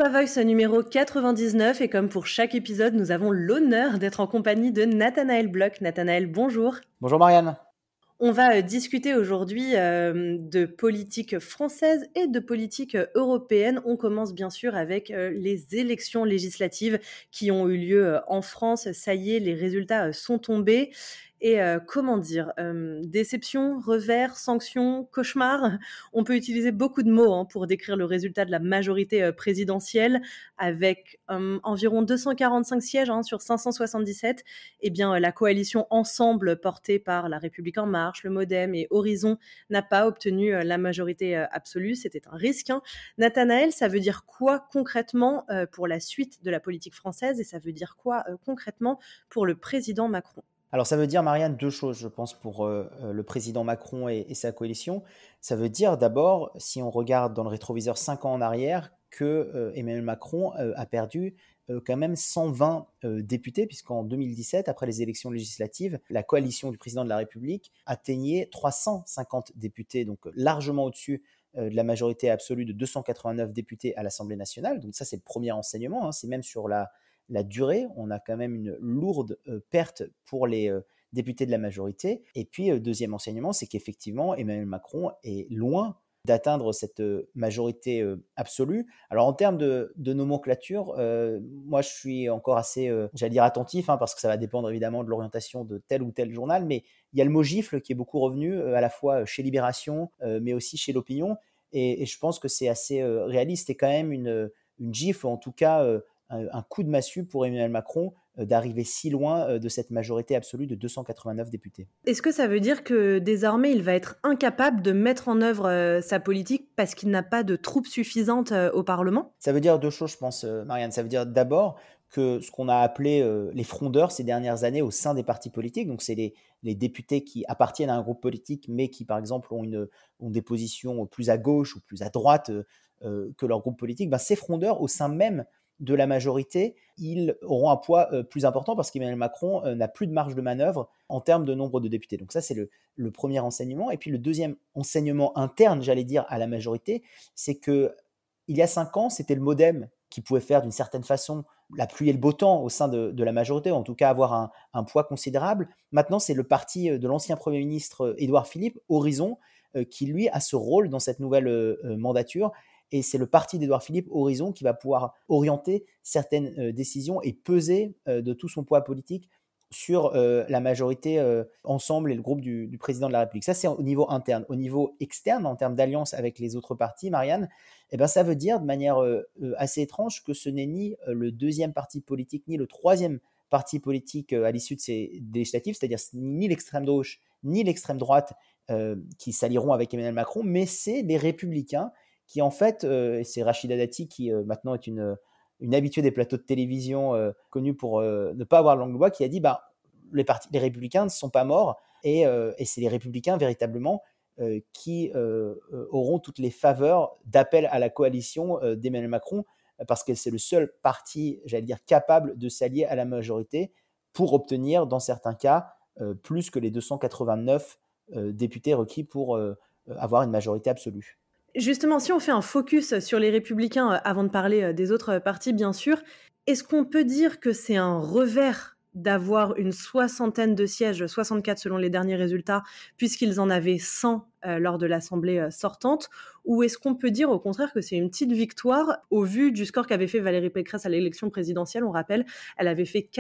The Voice numéro 99 et comme pour chaque épisode, nous avons l'honneur d'être en compagnie de Nathanaël Bloch. Nathanaël, bonjour. Bonjour Marianne. On va discuter aujourd'hui de politique française et de politique européenne. On commence bien sûr avec les élections législatives qui ont eu lieu en France. Ça y est, les résultats sont tombés. Et comment dire, déception, revers, sanction, cauchemar. On peut utiliser beaucoup de mots pour décrire le résultat de la majorité présidentielle avec environ 245 sièges sur 577. Eh bien, la coalition Ensemble portée par La République En Marche, le MoDem et Horizon n'a pas obtenu la majorité absolue. C'était un risque. Nathanaël, ça veut dire quoi concrètement pour la suite de la politique française et ça veut dire quoi concrètement pour le président Macron ? Alors ça veut dire, Marianne, deux choses, je pense, pour le président Macron et sa coalition. Ça veut dire d'abord, si on regarde dans le rétroviseur 5 ans en arrière, que Emmanuel Macron a perdu quand même 120 députés, puisqu'en 2017, après les élections législatives, la coalition du président de la République atteignait 350 députés, donc largement au-dessus de la majorité absolue de 289 députés à l'Assemblée nationale. Donc ça, c'est le premier enseignement, c'est même sur la durée, on a quand même une lourde perte pour les députés de la majorité. Et puis, deuxième enseignement, c'est qu'effectivement, Emmanuel Macron est loin d'atteindre cette majorité absolue. Alors, en termes de nomenclature, moi, je suis encore assez, j'allais dire attentif, parce que ça va dépendre évidemment de l'orientation de tel ou tel journal, mais il y a le mot gifle qui est beaucoup revenu, à la fois chez Libération, mais aussi chez l'Opinion, et je pense que c'est assez réaliste et quand même une gifle, ou en tout cas un coup de massue pour Emmanuel Macron d'arriver si loin de cette majorité absolue de 289 députés. Est-ce que ça veut dire que désormais il va être incapable de mettre en œuvre sa politique parce qu'il n'a pas de troupes suffisantes au Parlement ? Ça veut dire deux choses, je pense, Marianne. Ça veut dire d'abord que ce qu'on a appelé les frondeurs ces dernières années au sein des partis politiques, donc c'est les députés qui appartiennent à un groupe politique mais qui, par exemple, ont des positions plus à gauche ou plus à droite que leur groupe politique, ces frondeurs au sein même de la majorité, ils auront un poids plus important parce qu'Emmanuel Macron n'a plus de marge de manœuvre en termes de nombre de députés. Donc ça, c'est le premier enseignement. Et puis le deuxième enseignement interne, j'allais dire, à la majorité, c'est que il y a 5 ans, c'était le MoDem qui pouvait faire d'une certaine façon la pluie et le beau temps au sein de la majorité, ou en tout cas avoir un poids considérable. Maintenant, c'est le parti de l'ancien Premier ministre Édouard Philippe, Horizon, qui lui a ce rôle dans cette nouvelle mandature. Et c'est le parti d'Édouard Philippe, Horizon, qui va pouvoir orienter certaines décisions et peser de tout son poids politique sur la majorité Ensemble et le groupe du président de la République. Ça, c'est au niveau interne. Au niveau externe, en termes d'alliance avec les autres partis, Marianne, ça veut dire de manière assez étrange que ce n'est ni le deuxième parti politique, ni le troisième parti politique à l'issue de ces législatives, c'est-à-dire ni l'extrême gauche, ni l'extrême droite qui s'allieront avec Emmanuel Macron, mais c'est les Républicains qui en fait, c'est Rachida Dati qui maintenant est une habituée des plateaux de télévision connue pour ne pas avoir la langue de bois, qui a dit les Républicains ne sont pas morts et c'est les Républicains véritablement qui auront toutes les faveurs d'appel à la coalition d'Emmanuel Macron parce que c'est le seul parti, j'allais dire, capable de s'allier à la majorité pour obtenir, dans certains cas, plus que les 289 députés requis pour avoir une majorité absolue. Justement, si on fait un focus sur les Républicains avant de parler des autres partis, bien sûr, est-ce qu'on peut dire que c'est un revers d'avoir une soixantaine de sièges, 64 selon les derniers résultats, puisqu'ils en avaient 100 lors de l'Assemblée sortante, ou est-ce qu'on peut dire au contraire que c'est une petite victoire au vu du score qu'avait fait Valérie Pécresse à l'élection présidentielle? On rappelle, elle avait fait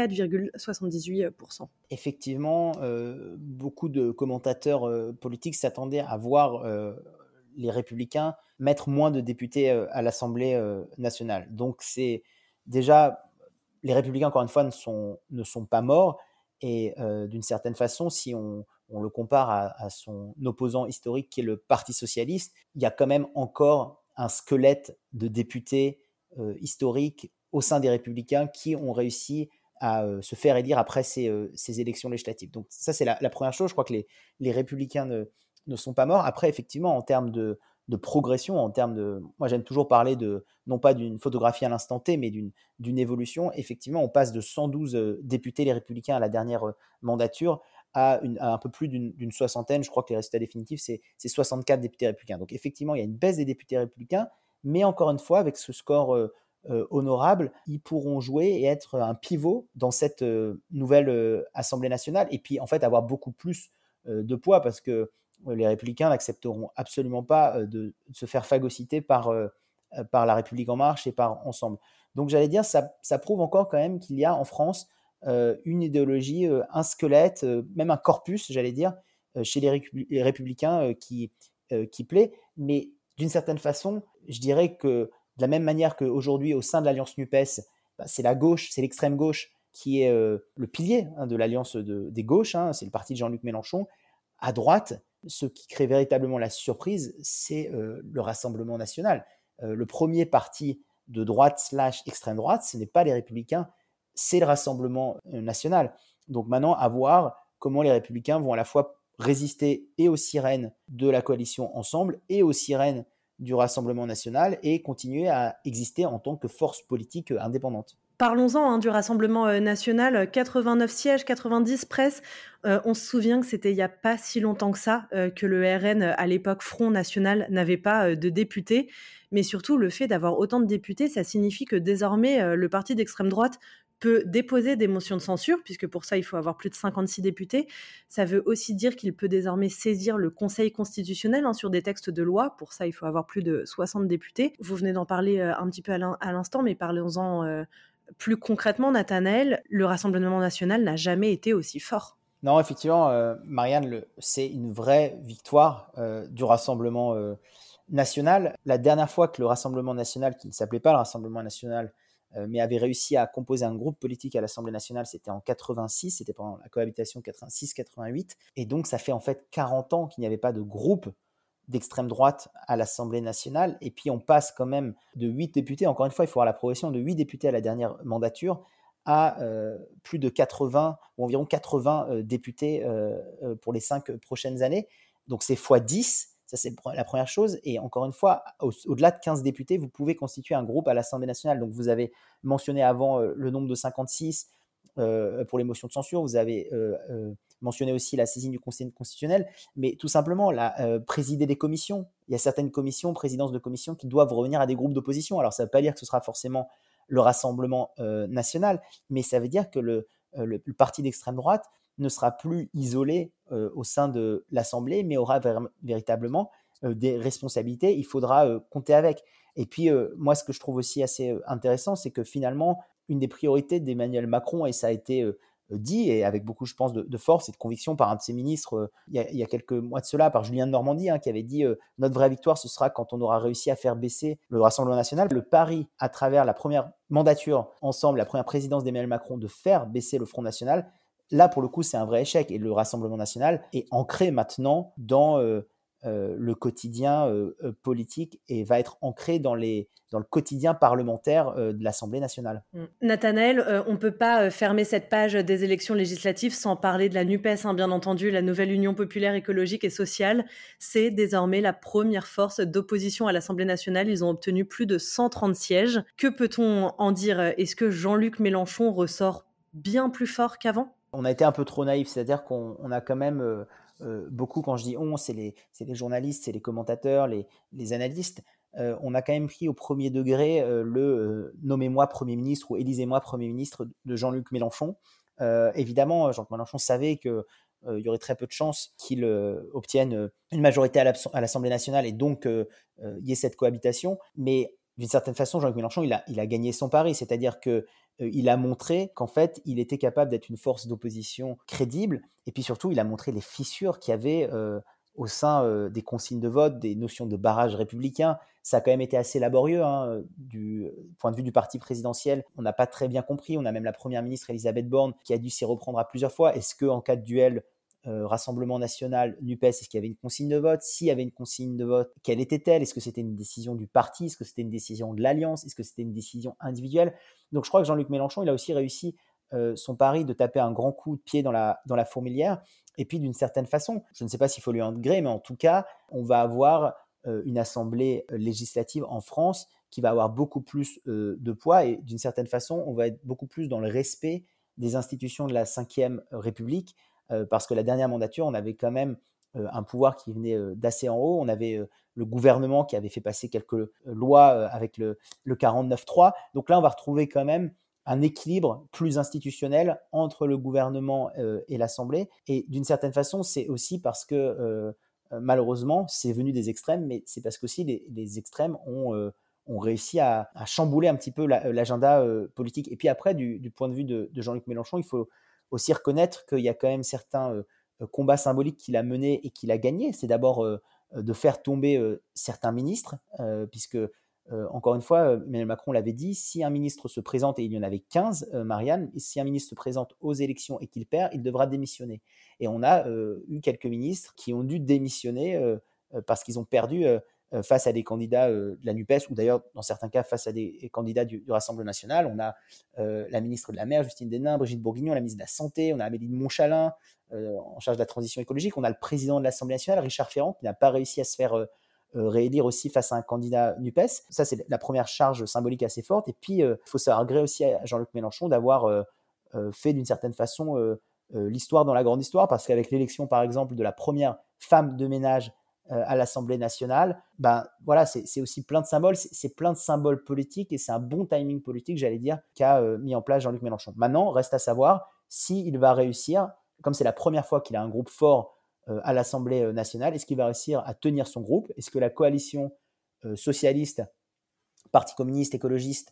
4,78%. Effectivement, beaucoup de commentateurs politiques s'attendaient à voir les Républicains mettre moins de députés à l'Assemblée nationale. Donc c'est déjà, les Républicains, encore une fois, ne sont pas morts. Et d'une certaine façon, si on le compare à son opposant historique qui est le Parti socialiste, il y a quand même encore un squelette de députés historiques au sein des Républicains qui ont réussi à se faire élire après ces élections législatives. Donc ça, c'est la première chose. Je crois que les Républicains ne sont pas morts. Après, effectivement, en termes de progression, moi j'aime toujours parler non pas d'une photographie à l'instant T, mais d'une évolution. Effectivement, on passe de 112 députés, les Républicains, à la dernière mandature, à un peu plus d'une soixantaine. Je crois que les résultats définitifs, c'est 64 députés républicains. Donc effectivement, il y a une baisse des députés républicains, mais encore une fois, avec ce score honorables, ils pourront jouer et être un pivot dans cette nouvelle Assemblée nationale et puis en fait avoir beaucoup plus de poids parce que les Républicains n'accepteront absolument pas de se faire phagocyter par La République En Marche et par Ensemble. Donc j'allais dire, ça prouve encore quand même qu'il y a en France une idéologie, un squelette, même un corpus, j'allais dire, chez les Républicains qui plaît. Mais d'une certaine façon, je dirais que de la même manière qu'aujourd'hui, au sein de l'alliance NUPES, c'est la gauche, c'est l'extrême gauche qui est le pilier de l'alliance des gauches, c'est le parti de Jean-Luc Mélenchon. À droite, ce qui crée véritablement la surprise, c'est le Rassemblement national. Le premier parti de droite/extrême droite, ce n'est pas les Républicains, c'est le Rassemblement national. Donc maintenant, à voir comment les Républicains vont à la fois résister et aux sirènes de la coalition Ensemble et aux sirènes du Rassemblement national et continuer à exister en tant que force politique indépendante. Parlons-en du Rassemblement national, 89 sièges, 90 presque. On se souvient que c'était il n'y a pas si longtemps que ça, que le RN, à l'époque Front National, n'avait pas de députés. Mais surtout, le fait d'avoir autant de députés, ça signifie que désormais, le parti d'extrême droite peut déposer des motions de censure, puisque pour ça, il faut avoir plus de 56 députés. Ça veut aussi dire qu'il peut désormais saisir le Conseil constitutionnel sur des textes de loi. Pour ça, il faut avoir plus de 60 députés. Vous venez d'en parler un petit peu à l'instant, mais parlons-en plus concrètement, Nathanaël, le Rassemblement national n'a jamais été aussi fort. Non, effectivement, Marianne, c'est une vraie victoire du Rassemblement national. La dernière fois que le Rassemblement national, qui ne s'appelait pas le Rassemblement national, mais avait réussi à composer un groupe politique à l'Assemblée nationale, c'était en 86, c'était pendant la cohabitation 86-88. Et donc, ça fait en fait 40 ans qu'il n'y avait pas de groupe d'extrême droite à l'Assemblée nationale. Et puis, on passe quand même de 8 députés, encore une fois, il faut avoir la progression de 8 députés à la dernière mandature, à plus de 80 ou environ 80 députés pour les 5 prochaines années. Donc c'est x 10, ça c'est la première chose. Et encore une fois, au-delà de 15 députés, vous pouvez constituer un groupe à l'Assemblée nationale. Donc vous avez mentionné avant le nombre de 56 pour les motions de censure, vous avez mentionné aussi la saisine du Conseil constitutionnel, mais tout simplement présider des commissions. Il y a certaines commissions, présidences de commissions qui doivent revenir à des groupes d'opposition. Alors ça ne veut pas dire que ce sera forcément le Rassemblement national, mais ça veut dire que le parti d'extrême droite ne sera plus isolé au sein de l'Assemblée, mais aura véritablement des responsabilités. Il faudra compter avec. Et puis, moi, ce que je trouve aussi assez intéressant, c'est que finalement, une des priorités d'Emmanuel Macron, et ça a été dit, et avec beaucoup, je pense, de force et de conviction par un de ses ministres, il y a quelques mois de cela, par Julien de Normandie, qui avait dit notre vraie victoire, ce sera quand on aura réussi à faire baisser le Rassemblement national. Le pari, à travers la première mandature ensemble, la première présidence d'Emmanuel Macron, de faire baisser le Front national, là, pour le coup, c'est un vrai échec. Et le Rassemblement national est ancré maintenant dans le quotidien politique et va être ancré dans le quotidien parlementaire de l'Assemblée nationale. Nathanaël, on ne peut pas fermer cette page des élections législatives sans parler de la NUPES, bien entendu, la nouvelle Union populaire écologique et sociale. C'est désormais la première force d'opposition à l'Assemblée nationale. Ils ont obtenu plus de 130 sièges. Que peut-on en dire? Est-ce que Jean-Luc Mélenchon ressort bien plus fort qu'avant? On a été un peu trop naïf, c'est-à-dire qu'on a quand même beaucoup, quand je dis on, c'est les journalistes, c'est les commentateurs, les analystes, on a quand même pris au premier degré nommez-moi Premier ministre ou élisez-moi Premier ministre de Jean-Luc Mélenchon. Évidemment, Jean-Luc Mélenchon savait qu'il y aurait très peu de chances qu'il obtienne une majorité à l'Assemblée nationale et donc il y ait cette cohabitation. Mais d'une certaine façon, Jean-Luc Mélenchon, il a gagné son pari, c'est-à-dire que il a montré qu'en fait, il était capable d'être une force d'opposition crédible. Et puis surtout, il a montré les fissures qu'il y avait au sein des consignes de vote, des notions de barrage républicain. Ça a quand même été assez laborieux du point de vue du parti présidentiel. On n'a pas très bien compris. On a même la première ministre Elisabeth Borne qui a dû s'y reprendre à plusieurs fois. Est-ce qu'en cas de duel Rassemblement national, NUPES, est-ce qu'il y avait une consigne de vote? S'il y avait une consigne de vote, quelle était-elle? Est-ce que c'était une décision du parti? Est-ce que c'était une décision de l'Alliance? Est-ce que c'était une décision individuelle? Donc je crois que Jean-Luc Mélenchon, il a aussi réussi son pari de taper un grand coup de pied dans la fourmilière. Et puis d'une certaine façon, je ne sais pas s'il faut lui en gré, mais en tout cas, on va avoir une assemblée législative en France qui va avoir beaucoup plus de poids et d'une certaine façon, on va être beaucoup plus dans le respect des institutions de la Ve République parce que la dernière mandature, on avait quand même un pouvoir qui venait d'assez en haut. On avait le gouvernement qui avait fait passer quelques lois avec le 49.3. Donc là, on va retrouver quand même un équilibre plus institutionnel entre le gouvernement et l'Assemblée. Et d'une certaine façon, c'est aussi parce que malheureusement, c'est venu des extrêmes, mais c'est parce qu'aussi les extrêmes ont réussi à chambouler un petit peu l'agenda politique. Et puis après, du point de vue de Jean-Luc Mélenchon, il faut aussi reconnaître qu'il y a quand même certains combats symboliques qu'il a menés et qu'il a gagnés. C'est d'abord de faire tomber certains ministres, puisque encore une fois, Emmanuel Macron l'avait dit, si un ministre se présente, et il y en avait 15, Marianne, et si un ministre se présente aux élections et qu'il perd, il devra démissionner. Et on a eu quelques ministres qui ont dû démissionner parce qu'ils ont perdu face à des candidats de la NUPES, ou d'ailleurs, dans certains cas, face à des candidats du Rassemblement national. On a la ministre de la Mer, Justine Denain, Brigitte Bourguignon, la ministre de la Santé, on a Amélie de Montchalin, en charge de la transition écologique. On a le président de l'Assemblée nationale, Richard Ferrand, qui n'a pas réussi à se faire réélire aussi face à un candidat NUPES. Ça, c'est la première charge symbolique assez forte. Et puis, il faut savoir gré aussi à Jean-Luc Mélenchon d'avoir fait d'une certaine façon l'histoire dans la grande histoire, parce qu'avec l'élection, par exemple, de la première femme de ménage à l'Assemblée nationale, ben voilà, c'est aussi plein de symboles, c'est plein de symboles politiques, et c'est un bon timing politique, j'allais dire, qu'a mis en place Jean-Luc Mélenchon. Maintenant, reste à savoir s'il va réussir, comme c'est la première fois qu'il a un groupe fort à l'Assemblée nationale, est-ce qu'il va réussir à tenir son groupe? Est-ce que la coalition socialiste, Parti communiste, écologiste,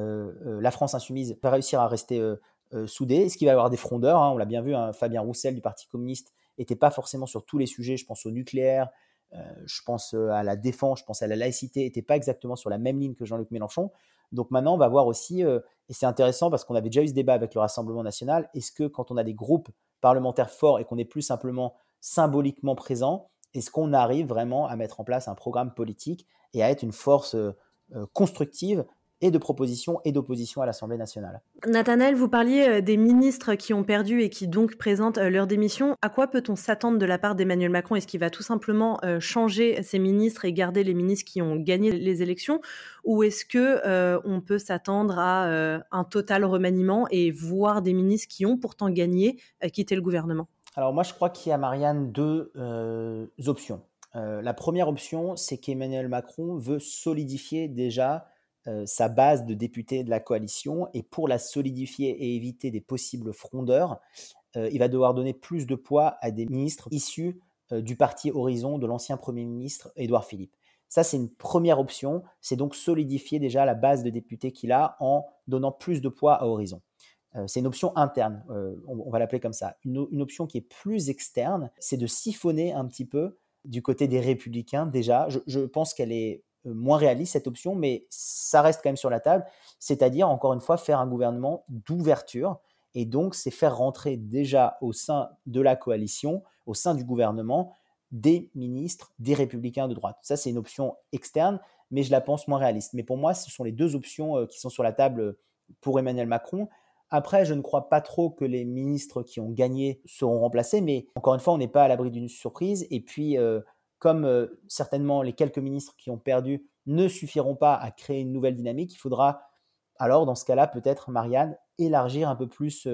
la France insoumise va réussir à rester soudée? Est-ce qu'il va y avoir des frondeurs, hein? On l'a bien vu, hein, Fabien Roussel du Parti communiste n'était pas forcément sur tous les sujets, je pense au nucléaire, je pense à la défense, je pense à la laïcité, n'était pas exactement sur la même ligne que Jean-Luc Mélenchon. Donc maintenant, on va voir aussi, et c'est intéressant parce qu'on avait déjà eu ce débat avec le Rassemblement national, est-ce que quand on a des groupes parlementaires forts et qu'on n'est plus simplement symboliquement présent, est-ce qu'on arrive vraiment à mettre en place un programme politique et à être une force constructive et de proposition et d'opposition à l'Assemblée nationale? Nathanaël, vous parliez des ministres qui ont perdu et qui donc présentent leur démission. À quoi peut-on s'attendre de la part d'Emmanuel Macron? Est-ce qu'il va tout simplement changer ses ministres et garder les ministres qui ont gagné les élections? Ou est-ce que on peut s'attendre à un total remaniement et voir des ministres qui ont pourtant gagné quitter le gouvernement? Alors moi, je crois qu'il y a, Marianne, deux options. La première option, c'est qu'Emmanuel Macron veut solidifier déjà sa base de députés de la coalition, et pour la solidifier et éviter des possibles frondeurs, il va devoir donner plus de poids à des ministres issus du parti Horizon de l'ancien Premier ministre Édouard Philippe. Ça, c'est une première option, c'est donc solidifier déjà la base de députés qu'il a en donnant plus de poids à Horizon. C'est une option interne, on va l'appeler comme ça. Une option qui est plus externe, c'est de siphonner un petit peu du côté des Républicains déjà. Je pense qu'elle est moins réaliste, cette option, mais ça reste quand même sur la table. C'est-à-dire, encore une fois, faire un gouvernement d'ouverture. Et donc, c'est faire rentrer déjà au sein de la coalition, au sein du gouvernement, des ministres, des Républicains de droite. Ça, c'est une option externe, mais je la pense moins réaliste. Mais pour moi, ce sont les deux options qui sont sur la table pour Emmanuel Macron. Après, je ne crois pas trop que les ministres qui ont gagné seront remplacés, mais encore une fois, on n'est pas à l'abri d'une surprise. Et puis, comme certainement les quelques ministres qui ont perdu ne suffiront pas à créer une nouvelle dynamique, il faudra alors, dans ce cas-là, peut-être, Marianne, élargir un peu plus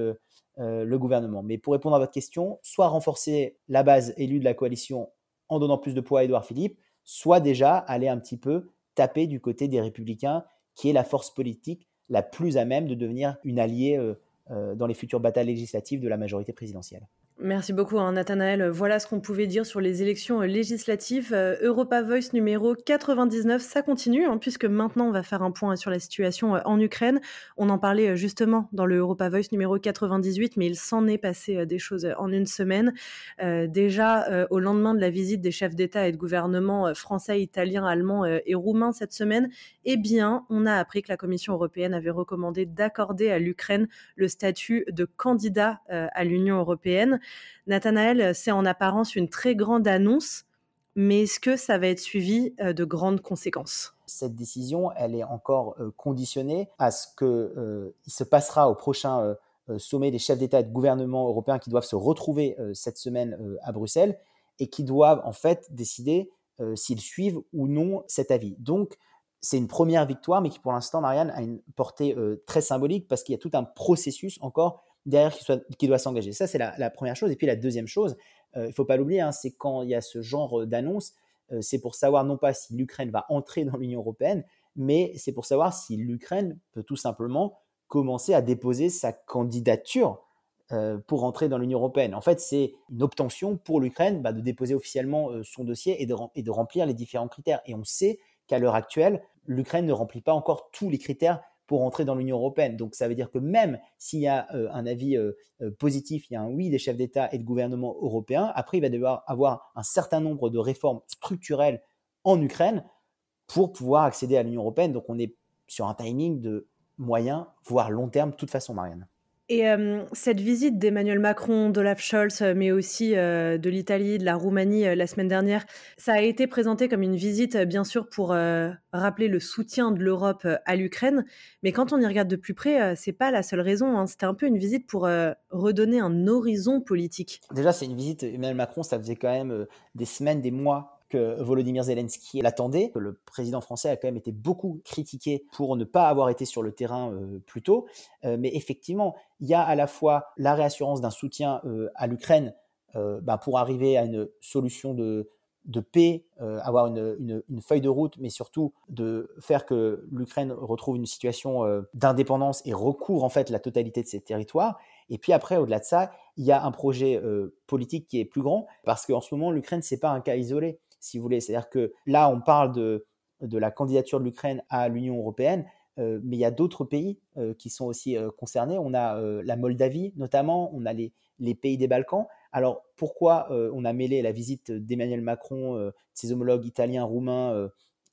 le gouvernement. Mais pour répondre à votre question, soit renforcer la base élue de la coalition en donnant plus de poids à Édouard Philippe, soit déjà aller un petit peu taper du côté des Républicains, qui est la force politique la plus à même de devenir une alliée dans les futures batailles législatives de la majorité présidentielle. Merci beaucoup, hein, Nathanaël. Voilà ce qu'on pouvait dire sur les élections législatives. Europa Voice numéro 99, ça continue, hein, puisque maintenant on va faire un point sur la situation en Ukraine. On en parlait justement dans le Europa Voice numéro 98, mais il s'en est passé des choses en une semaine. Déjà, au lendemain de la visite des chefs d'État et de gouvernement français, italiens, allemands et roumains cette semaine, eh bien, on a appris que la Commission européenne avait recommandé d'accorder à l'Ukraine le statut de candidat à l'Union européenne. Nathanaël, c'est en apparence une très grande annonce, mais est-ce que ça va être suivi de grandes conséquences? Cette décision, elle est encore conditionnée à ce qu'il se passera au prochain sommet des chefs d'État et de gouvernement européens qui doivent se retrouver cette semaine à Bruxelles et qui doivent en fait décider s'ils suivent ou non cet avis. Donc, c'est une première victoire, mais qui pour l'instant, Marianne, a une portée très symbolique parce qu'il y a tout un processus encore derrière qui doit s'engager. Ça, c'est la première chose. Et puis la deuxième chose, il ne faut pas l'oublier, hein, c'est quand il y a ce genre d'annonce, c'est pour savoir non pas si l'Ukraine va entrer dans l'Union européenne, mais c'est pour savoir si l'Ukraine peut tout simplement commencer à déposer sa candidature pour entrer dans l'Union européenne. En fait, c'est une obtention pour l'Ukraine de déposer officiellement son dossier et de remplir les différents critères. Et on sait qu'à l'heure actuelle, l'Ukraine ne remplit pas encore tous les critères pour entrer dans l'Union européenne. Donc ça veut dire que même s'il y a un avis positif, il y a un oui des chefs d'État et de gouvernement européens, après il va devoir avoir un certain nombre de réformes structurelles en Ukraine pour pouvoir accéder à l'Union européenne. Donc on est sur un timing de moyen, voire long terme, de toute façon, Marianne. Et cette visite d'Emmanuel Macron, d'Olaf Scholz, mais aussi, de l'Italie, de la Roumanie, la semaine dernière, ça a été présenté comme une visite, bien sûr pour, rappeler le soutien de l'Europe, à l'Ukraine. Mais quand on y regarde de plus près, c'est pas la seule raison, hein. C'était un peu une visite pour, redonner un horizon politique. Déjà, c'est une visite, Emmanuel Macron, ça faisait quand même des semaines, des mois que Volodymyr Zelensky l'attendait. Le président français a quand même été beaucoup critiqué pour ne pas avoir été sur le terrain plus tôt. Mais effectivement, il y a à la fois la réassurance d'un soutien à l'Ukraine pour arriver à une solution de paix, avoir une feuille de route, mais surtout de faire que l'Ukraine retrouve une situation d'indépendance et recouvre en fait la totalité de ses territoires. Et puis après, au-delà de ça, il y a un projet politique qui est plus grand, parce qu'en ce moment, l'Ukraine, ce n'est pas un cas isolé, si vous voulez. C'est-à-dire que là, on parle de la candidature de l'Ukraine à l'Union européenne, mais il y a d'autres pays qui sont aussi concernés. On a la Moldavie, notamment, on a les pays des Balkans. Alors, pourquoi on a mêlé la visite d'Emmanuel Macron, de ses homologues italiens, roumains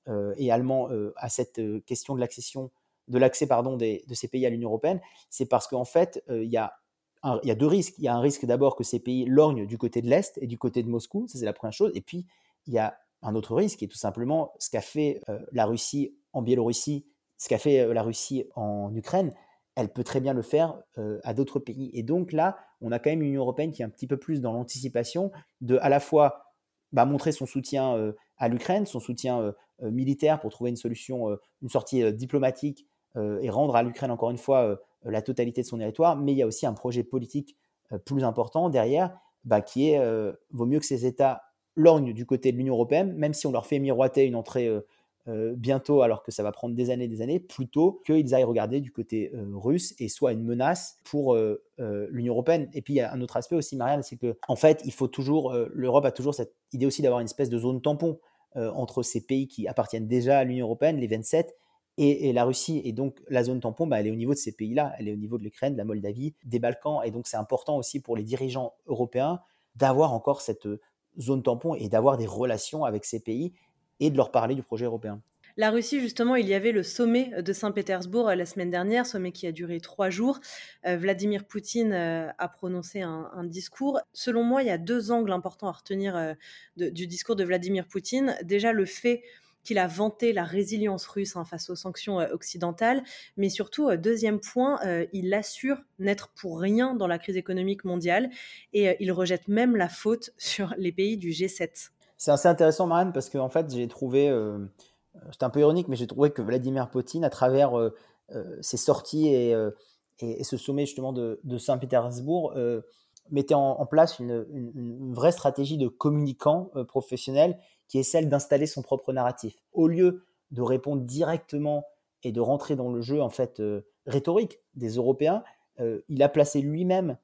et allemands à cette question de l'accès de ces pays à l'Union européenne? C'est parce qu'en fait, il y a deux risques. Il y a un risque d'abord que ces pays lorgnent du côté de l'Est et du côté de Moscou, ça c'est la première chose. Et puis, il y a un autre risque qui est tout simplement ce qu'a fait la Russie en Biélorussie, ce qu'a fait la Russie en Ukraine. Elle peut très bien le faire à d'autres pays. Et donc là, on a quand même une Union européenne qui est un petit peu plus dans l'anticipation de à la fois montrer son soutien à l'Ukraine, son soutien militaire pour trouver une solution, une sortie diplomatique et rendre à l'Ukraine encore une fois la totalité de son territoire, mais il y a aussi un projet politique plus important derrière, qui est vaut mieux que ces États lorgnent du côté de l'Union européenne, même si on leur fait miroiter une entrée bientôt, alors que ça va prendre des années, plutôt qu'ils aillent regarder du côté russe et soit une menace pour l'Union européenne. Et puis il y a un autre aspect aussi, Marianne, c'est que en fait, il faut toujours, l'Europe a toujours cette idée aussi d'avoir une espèce de zone tampon entre ces pays qui appartiennent déjà à l'Union européenne, les 27, et la Russie. Et donc la zone tampon, elle est au niveau de ces pays-là, elle est au niveau de l'Ukraine, de la Moldavie, des Balkans. Et donc c'est important aussi pour les dirigeants européens d'avoir encore cette zone tampon et d'avoir des relations avec ces pays et de leur parler du projet européen. La Russie, justement, il y avait le sommet de Saint-Pétersbourg la semaine dernière, sommet qui a duré 3 jours. Vladimir Poutine a prononcé un discours. Selon moi, il y a 2 angles importants à retenir du discours de Vladimir Poutine. Déjà, le fait qu'il a vanté la résilience russe face aux sanctions occidentales, mais surtout, deuxième point, il assure n'être pour rien dans la crise économique mondiale et il rejette même la faute sur les pays du G7. C'est assez intéressant, Marianne, parce qu'en fait, j'ai trouvé, c'est un peu ironique, mais j'ai trouvé que Vladimir Poutine, à travers ses sorties et ce sommet justement de Saint-Pétersbourg, mettait en place une vraie stratégie de communicant professionnel qui est celle d'installer son propre narratif. Au lieu de répondre directement et de rentrer dans le jeu en fait rhétorique des Européens, il a placé lui-même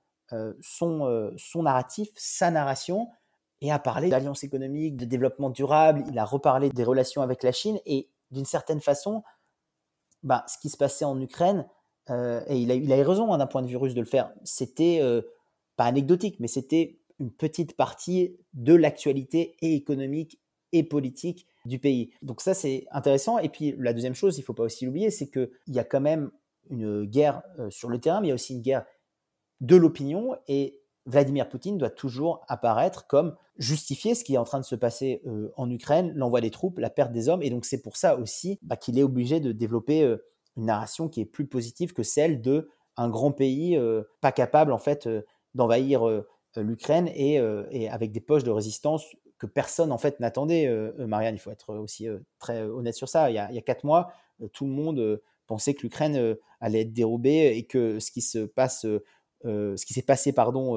son narratif, sa narration, et a parlé d'alliance économique, de développement durable, il a reparlé des relations avec la Chine, et d'une certaine façon, ce qui se passait en Ukraine, et il a eu raison d'un point de vue russe de le faire, c'était pas anecdotique, mais c'était une petite partie de l'actualité et économique et politique du pays. Donc ça, c'est intéressant. Et puis la deuxième chose, il ne faut pas aussi l'oublier, c'est qu'il y a quand même une guerre sur le terrain, mais il y a aussi une guerre de l'opinion, et Vladimir Poutine doit toujours apparaître comme justifier ce qui est en train de se passer en Ukraine, l'envoi des troupes, la perte des hommes. Et donc c'est pour ça aussi qu'il est obligé de développer une narration qui est plus positive que celle d'un grand pays pas capable en fait d'envahir l'Ukraine et avec des poches de résistance que personne en fait n'attendait. Marianne, il faut être aussi très honnête sur ça. Il y a 4 mois, tout le monde pensait que l'Ukraine allait être dérobée et que ce qui s'est passé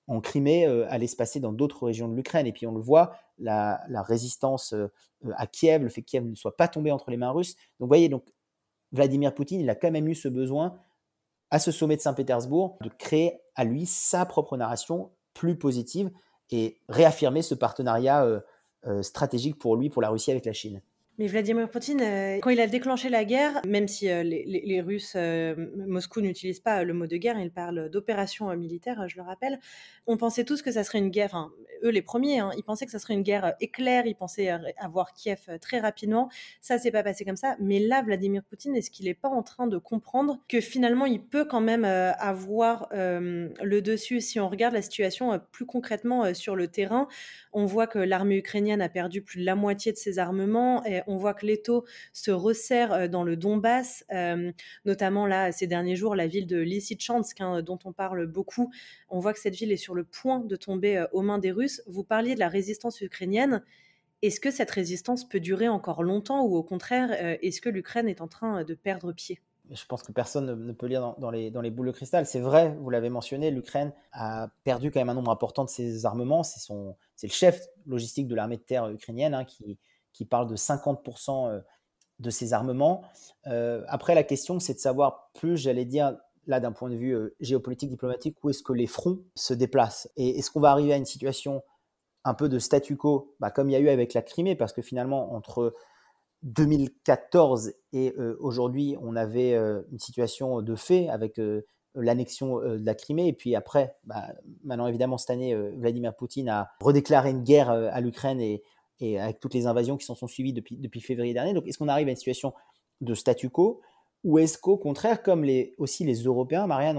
en Crimée allait se passer dans d'autres régions de l'Ukraine. Et puis on le voit, la résistance à Kiev, le fait que Kiev ne soit pas tombé entre les mains russes. Donc vous voyez, donc, Vladimir Poutine, il a quand même eu ce besoin, à ce sommet de Saint-Pétersbourg, de créer à lui sa propre narration plus positive et réaffirmer ce partenariat stratégique pour lui, pour la Russie avec la Chine. Mais Vladimir Poutine, quand il a déclenché la guerre, même si les Russes, Moscou n'utilise pas le mot de guerre, ils parlent d'opération militaire, je le rappelle. On pensait tous que ça serait une guerre, enfin, eux les premiers, hein, ils pensaient que ça serait une guerre éclair, ils pensaient avoir Kiev très rapidement. Ça s'est pas passé comme ça. Mais là, Vladimir Poutine, est-ce qu'il n'est pas en train de comprendre que finalement, il peut quand même avoir le dessus si on regarde la situation plus concrètement sur le terrain? On voit que l'armée ukrainienne a perdu plus de la moitié de ses armements. Et on voit que l'étau se resserre dans le Donbass, notamment là, ces derniers jours, la ville de Lysychansk, hein, dont on parle beaucoup. On voit que cette ville est sur le point de tomber aux mains des Russes. Vous parliez de la résistance ukrainienne. Est-ce que cette résistance peut durer encore longtemps ou au contraire, est-ce que l'Ukraine est en train de perdre pied? Je pense que personne ne peut lire dans les boules de cristal. C'est vrai, vous l'avez mentionné, l'Ukraine a perdu quand même un nombre important de ses armements. C'est le chef logistique de l'armée de terre ukrainienne, hein, qui parle de 50% de ses armements. Après, la question, c'est de savoir plus, j'allais dire, là, d'un point de vue géopolitique, diplomatique, où est-ce que les fronts se déplacent. Et est-ce qu'on va arriver à une situation un peu de statu quo, comme il y a eu avec la Crimée, parce que finalement, entre 2014 et aujourd'hui, on avait une situation de fait avec l'annexion de la Crimée. Et puis après, maintenant évidemment, cette année, Vladimir Poutine a redéclaré une guerre à l'Ukraine et avec toutes les invasions qui s'en sont suivies depuis février dernier. Donc est-ce qu'on arrive à une situation de statu quo ou est-ce qu'au contraire, comme aussi les Européens, Marianne,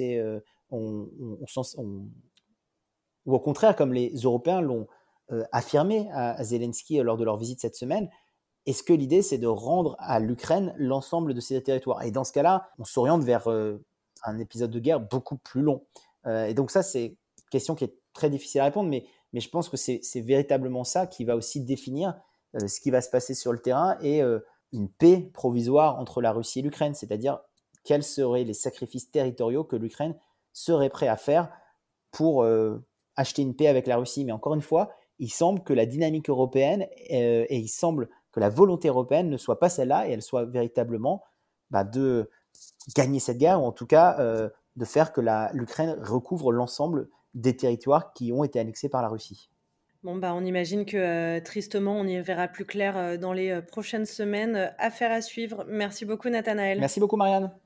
ou au contraire, comme les Européens l'ont affirmé à Zelensky lors de leur visite cette semaine, est-ce que l'idée, c'est de rendre à l'Ukraine l'ensemble de ses territoires? Et dans ce cas-là, on s'oriente vers un épisode de guerre beaucoup plus long. Et donc ça, c'est une question qui est très difficile à répondre, mais je pense que c'est véritablement ça qui va aussi définir ce qui va se passer sur le terrain et une paix provisoire entre la Russie et l'Ukraine, c'est-à-dire quels seraient les sacrifices territoriaux que l'Ukraine serait prêt à faire pour acheter une paix avec la Russie. Mais encore une fois, il semble que la dynamique européenne et il semble que la volonté européenne ne soit pas celle-là et elle soit véritablement de gagner cette guerre ou en tout cas de faire que l'Ukraine recouvre l'ensemble des territoires qui ont été annexés par la Russie. Bon, on imagine que tristement, on y verra plus clair dans les prochaines semaines. Affaire à suivre. Merci beaucoup, Nathanaël. Merci beaucoup, Marianne.